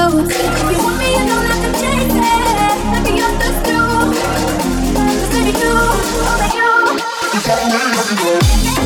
do. If you want me, you don't have to chase it. Let me understood. 'Cause if you do, only you got me everywhere.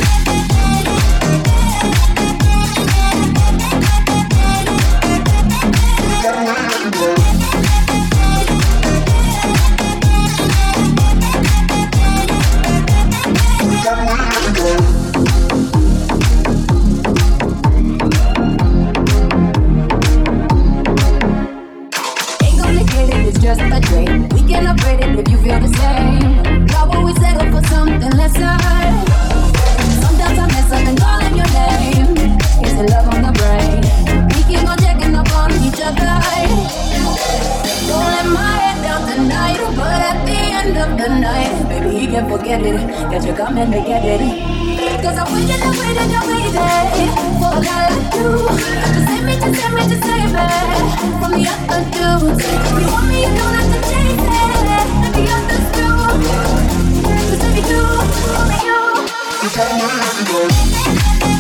Forget it, that you come and make it. Cause I'm waiting and waiting and waiting for a guy like you to save me, to save me, to save me from the other dudes. If you want me, you don't have to chase it. Let me understood. Cause if you do, only you got me everywhere.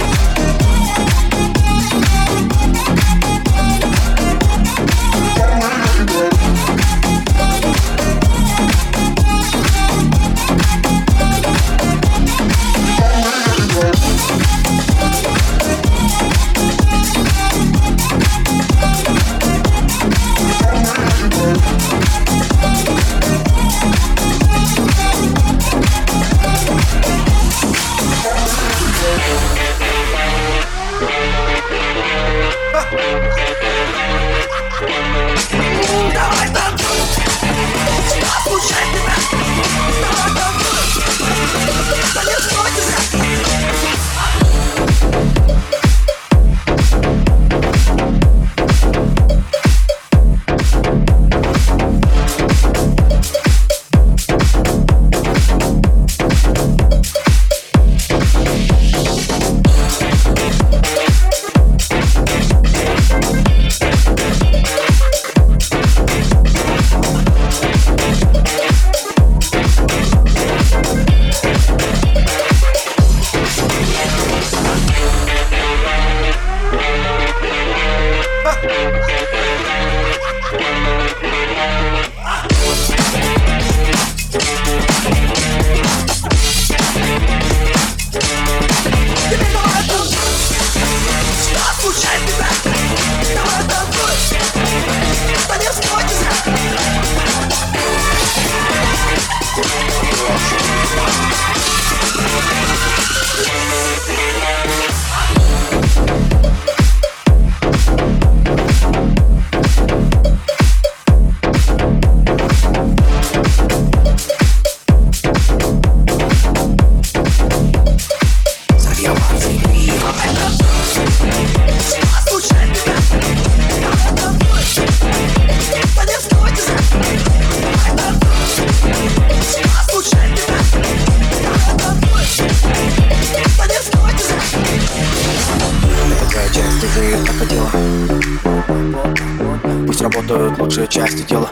Работают лучшие части тела.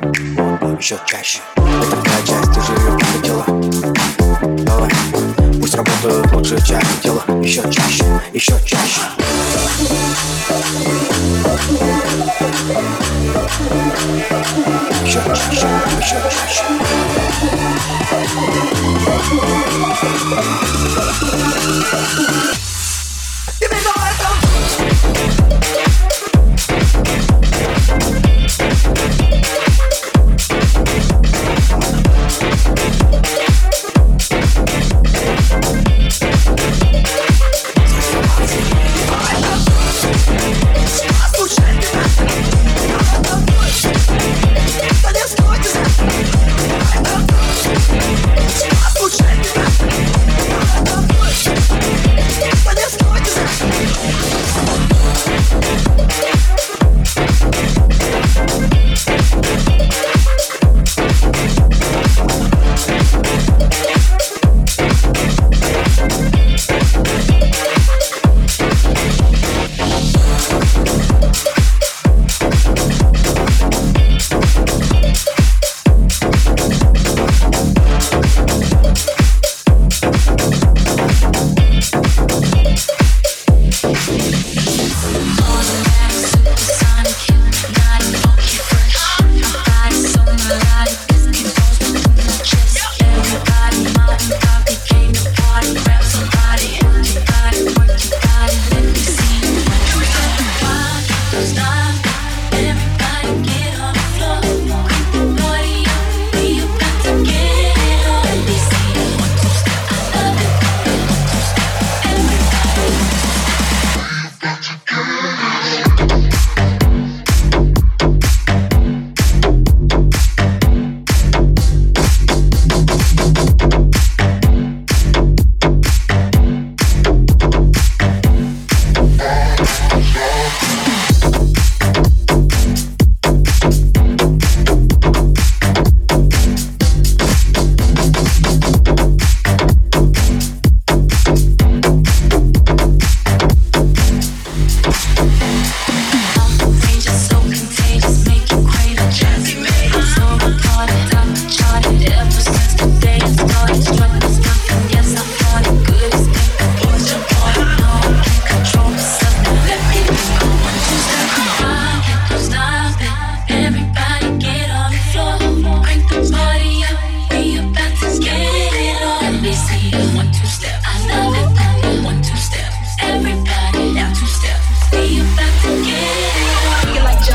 Еще чаще. Это твоя часть, ты же ее хотела. Давай, пусть работают лучшие части тела. Еще чаще, еще чаще. Еще чаще, еще чаще.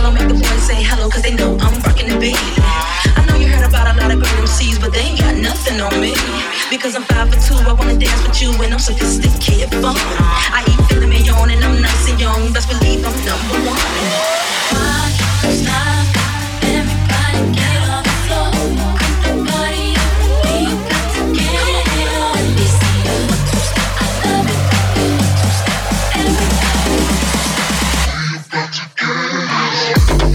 gon' make the boys say hello, cause they know I'm rockin' the beat. I know you heard about a lot of great MCs, but they ain't got nothing on me. Because I'm 5'2", I wanna dance with you, and I'm sophisticated fun. I eat filet mignon, and I'm nice and young. Best believe I'm number one. Rock, stop, everybody get on the floor. Put the party up, we got to get it on. Let me see you one, two, step. I love it, you one, two, step. Everybody, you got to get it on.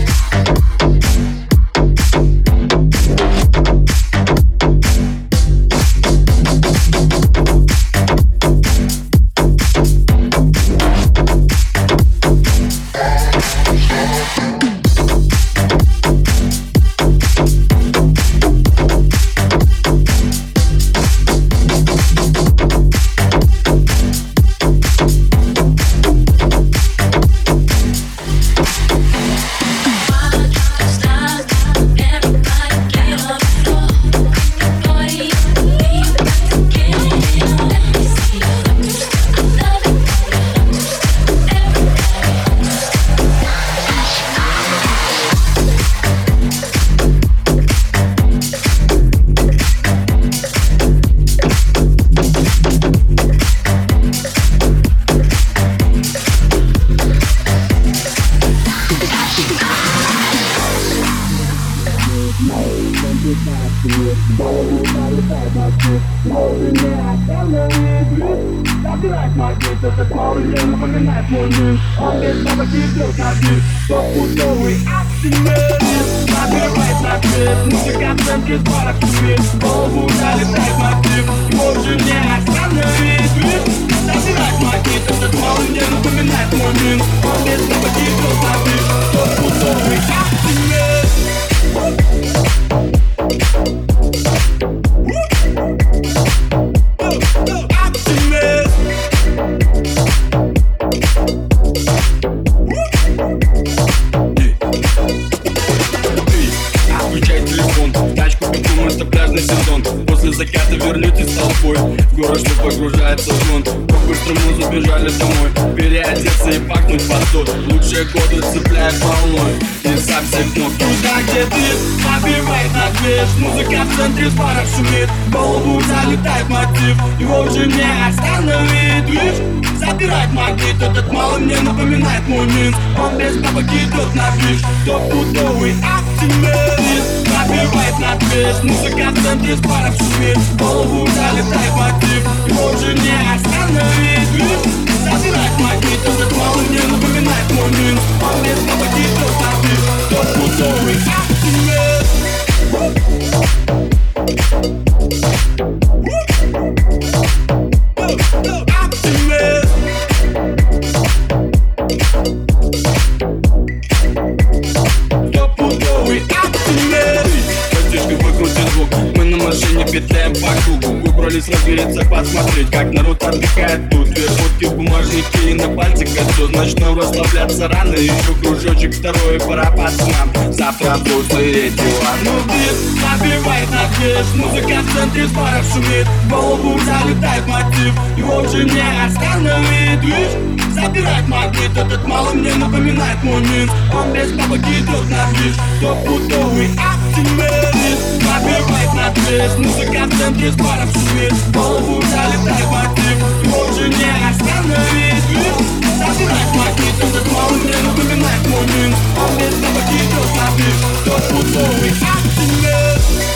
Посмотреть, как народ отдыхает тут. Верхотки, бумажники и на пальце кольцо. Начну расслабляться рано, еще кружочек второй, пора пацанам. Завтра взрослые дела. Ну бит набивает на движ, музыка в центре с баров шумит. В голову залетает мотив, его уже не остановить. Движ забирает магнит, этот мало мне напоминает мой Минск. Он без бабки идет на движ, стопудовый оптимист. Набивает на движ, музыка в центре с баров шумит. В голову залетает мотив, его уже не остановить. Движ забирает магнит, этот мало мне напоминает мой Минск. Он без бабки идет на движ, стопудовый оптимист.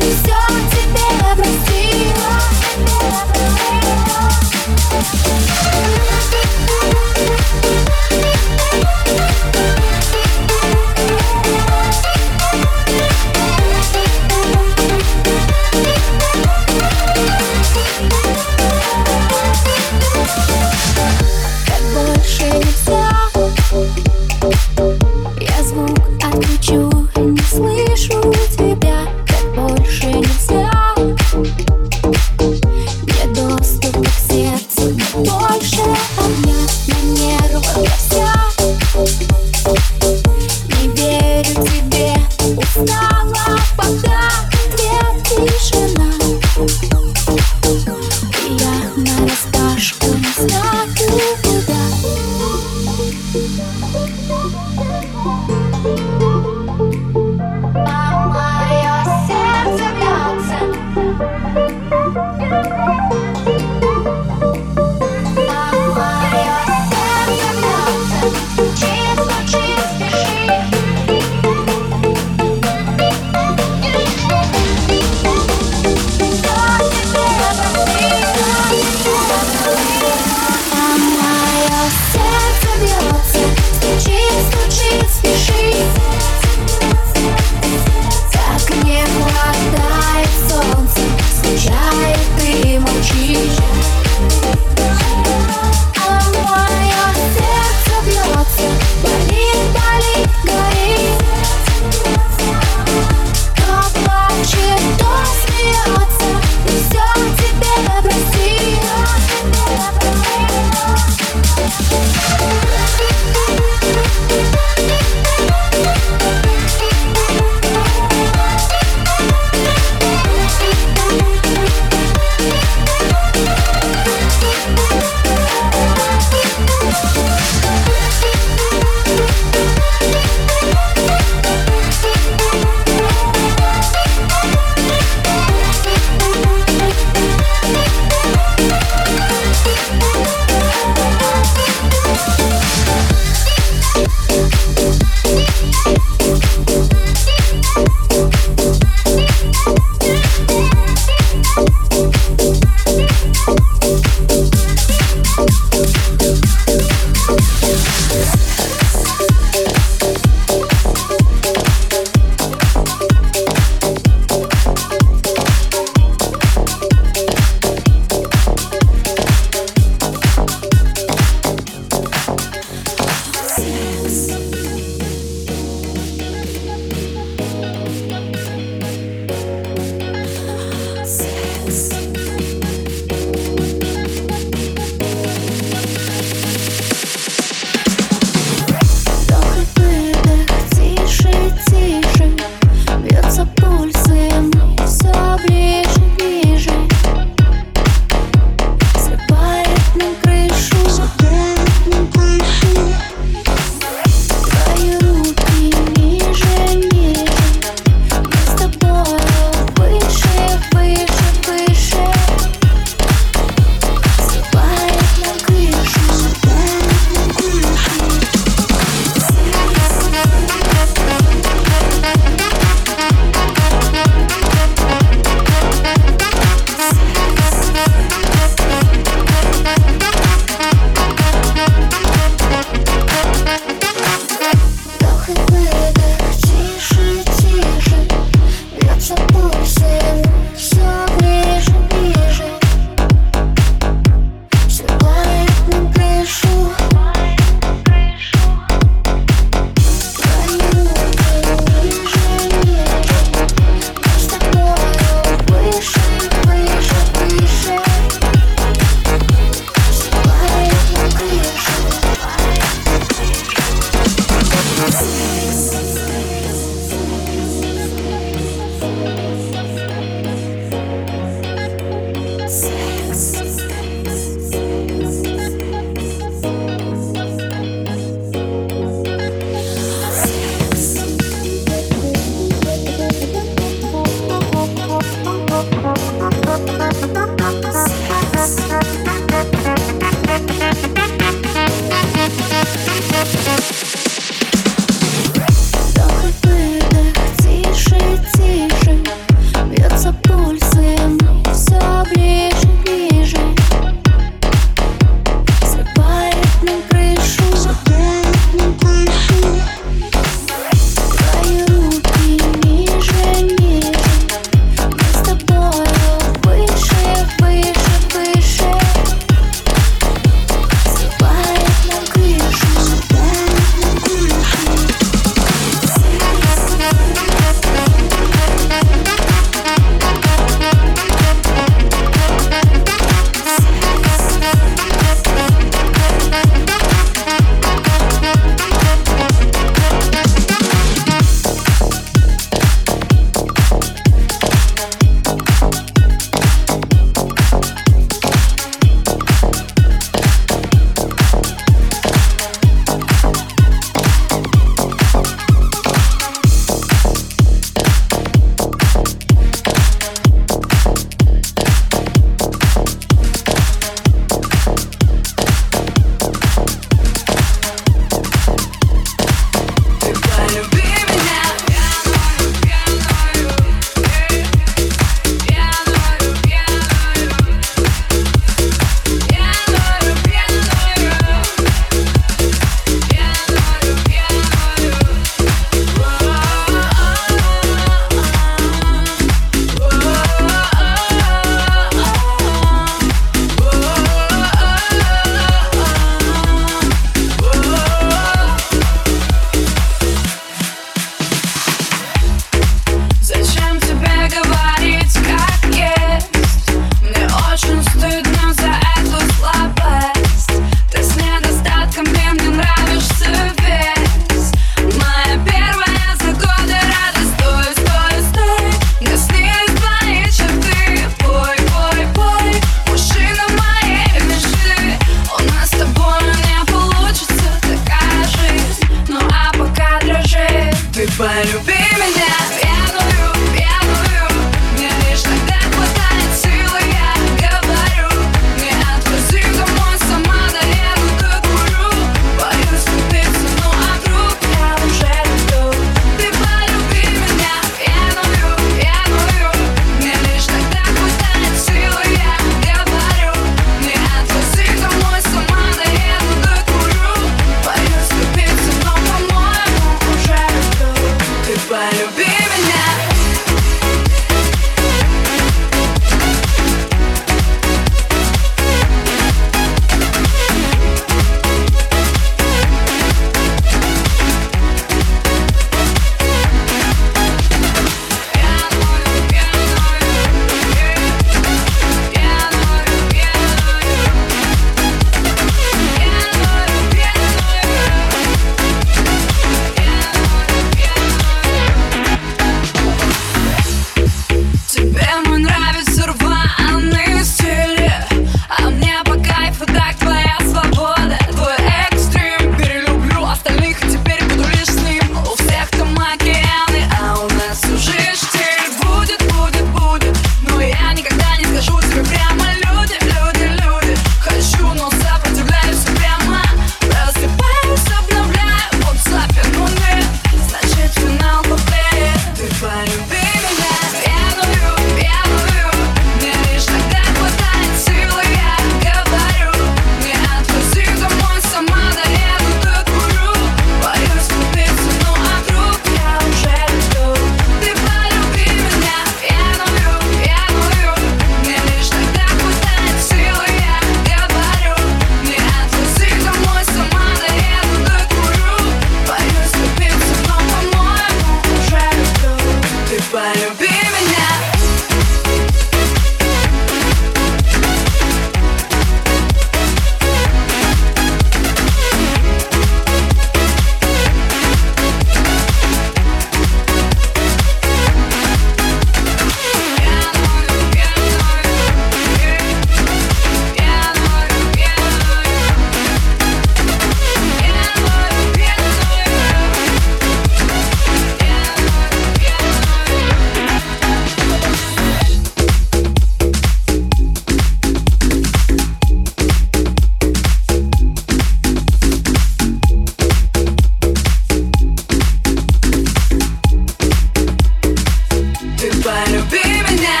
люби меня.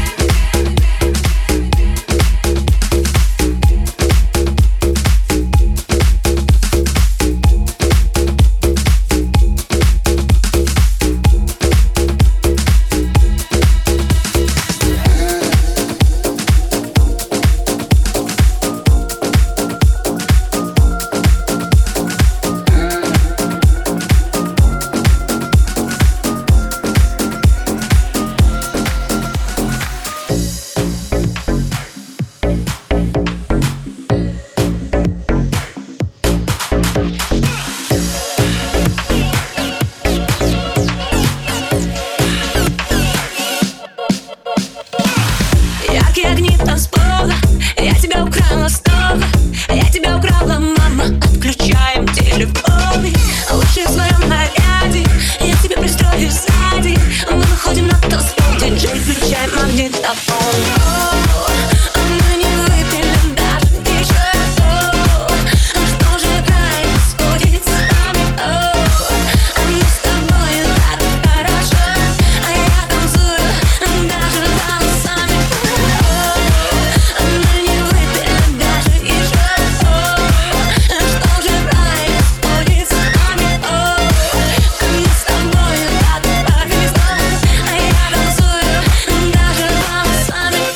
Яркие огни танцпола, я тебя украла снова. Я тебя украла, мама, отключаем телефоны. Лучше в своем наряде, я тебе пристрою сзади. Мы выходим на танцпол, диджей, включай магнитофон. Мы не выпили даже еще. Что же происходит с нами? Мы с тобой так хорошо, а я танцую даже волосами. Мы не выпили даже еще. Что же происходит с нами? Мы с тобой так повезло, а я танцую даже волосами.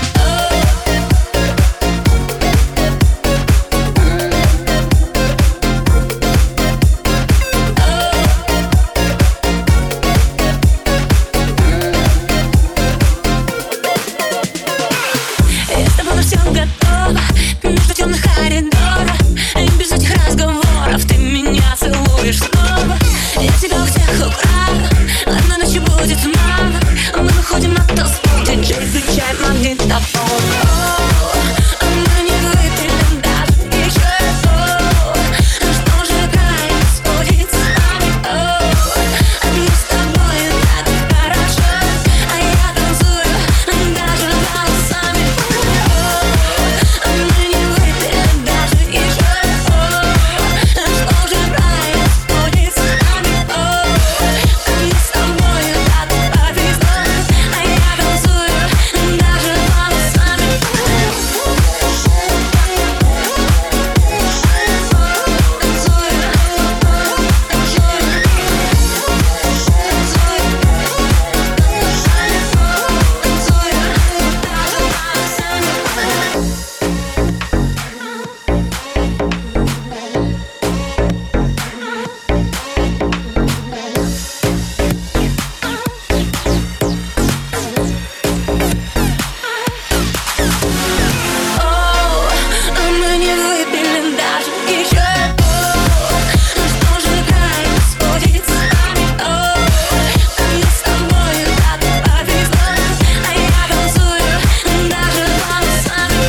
Я с тобой на все готова, между темных коридоров. И без этих разговоров ты меня целуешь снова. Я тебя у всех украла, одной ночью будет мало. Мы выходим на танцпол, диджей, включай магнитофон. Мы не выпили даже еще. Что же происходит с нами? Мы с тобой так хорошо, а я танцую даже волосами. Мы не выпили даже еще. Что же происходит с нами? Мы с тобой так повезло, а я танцую даже волосами. Мы не выпили даже еще. Что же происходит с нами? Мы с тобой так повезло, а я танцую даже волосами.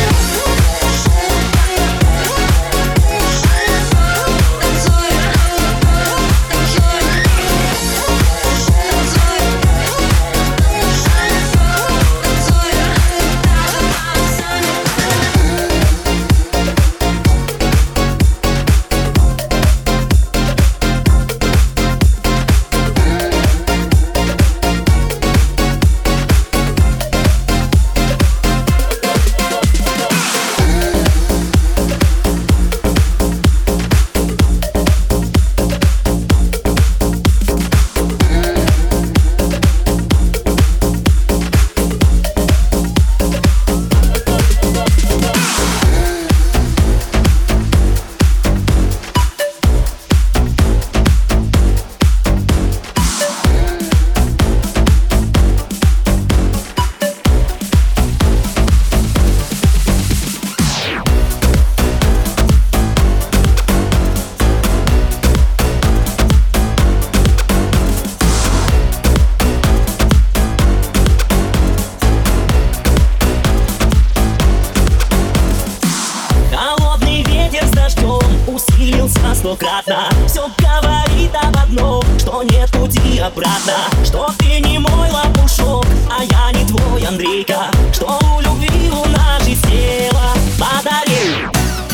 Холодный ветер с дождем усилился стократно. Все говорит об одном, что нет пути обратно. Что ты не мой лопушок, а я не твой Андрейка. Что у любви луна же села батарею.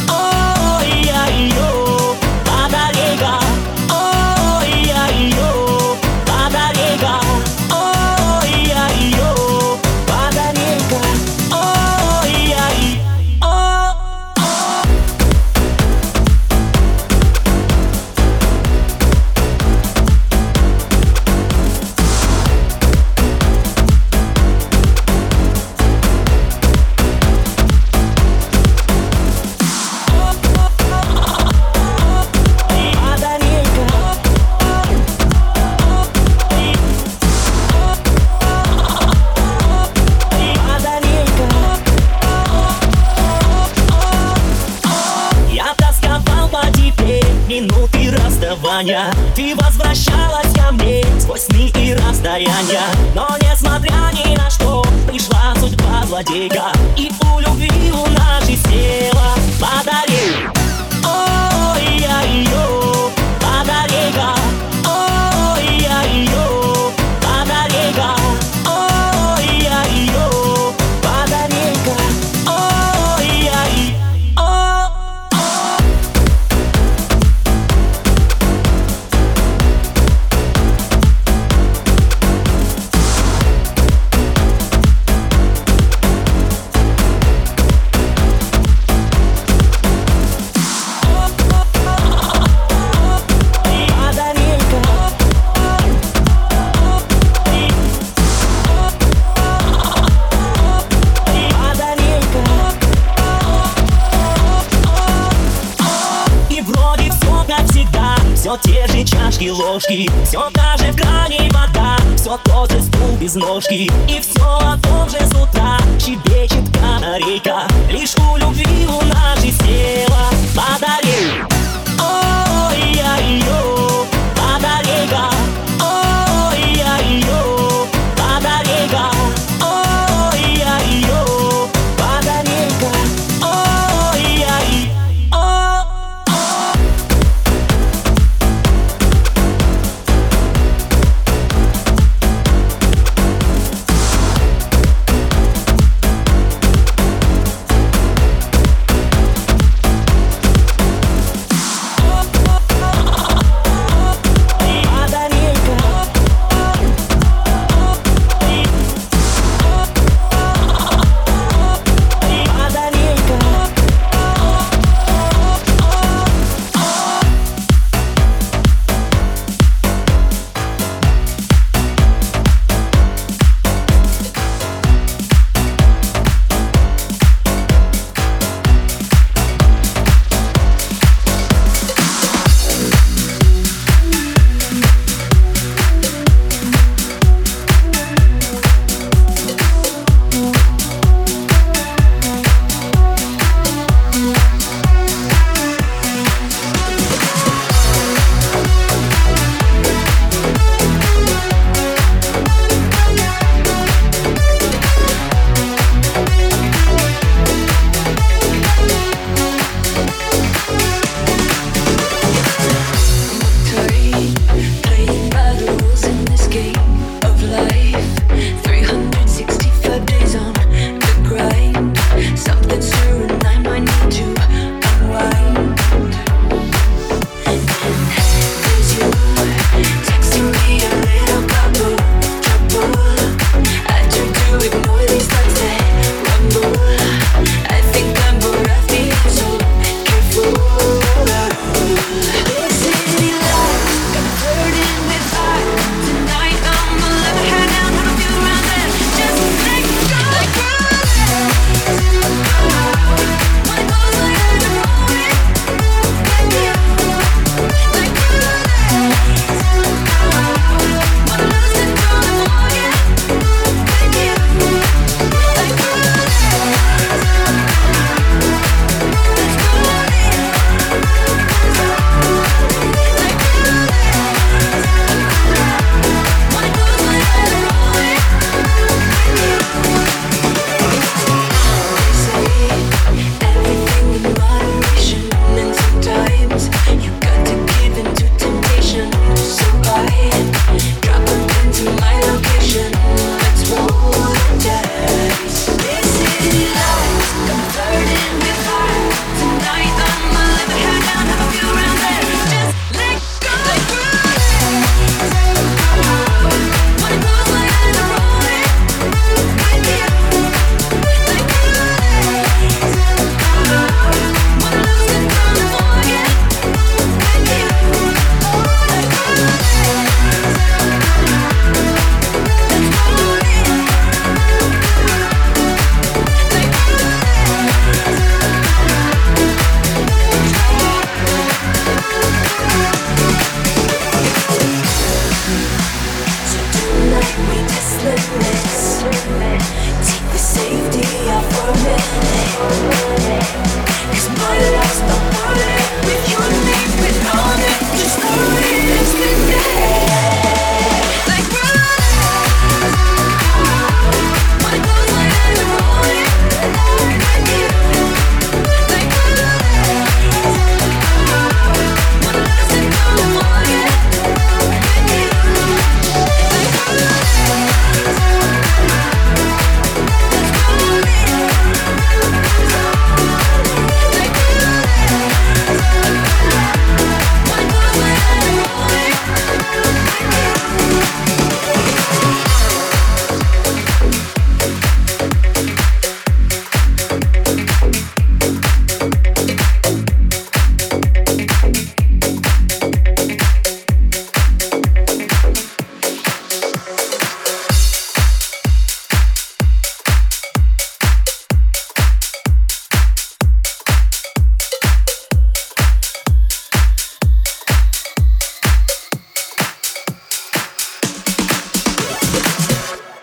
Ой-я-йо, батарейка. Ой-я-йо, батарейка. Ой-я-йо. внимания. Ты возвращалась ко мне сквозь сны и расстояния. Но несмотря ни на что, пришла судьба злодейка, и у любви луна же села батарейка. Ой, я ее батарейка. Ой, я ее батарейка. Ой, я ее батарейка. Ой, я ее. Все те же чашки, ложки, все та же в кране вода, все тот же стул без ножки, и все о том же с утра щебечет канарейка. Лишь у любви луна же села батарейка. Ой, я ее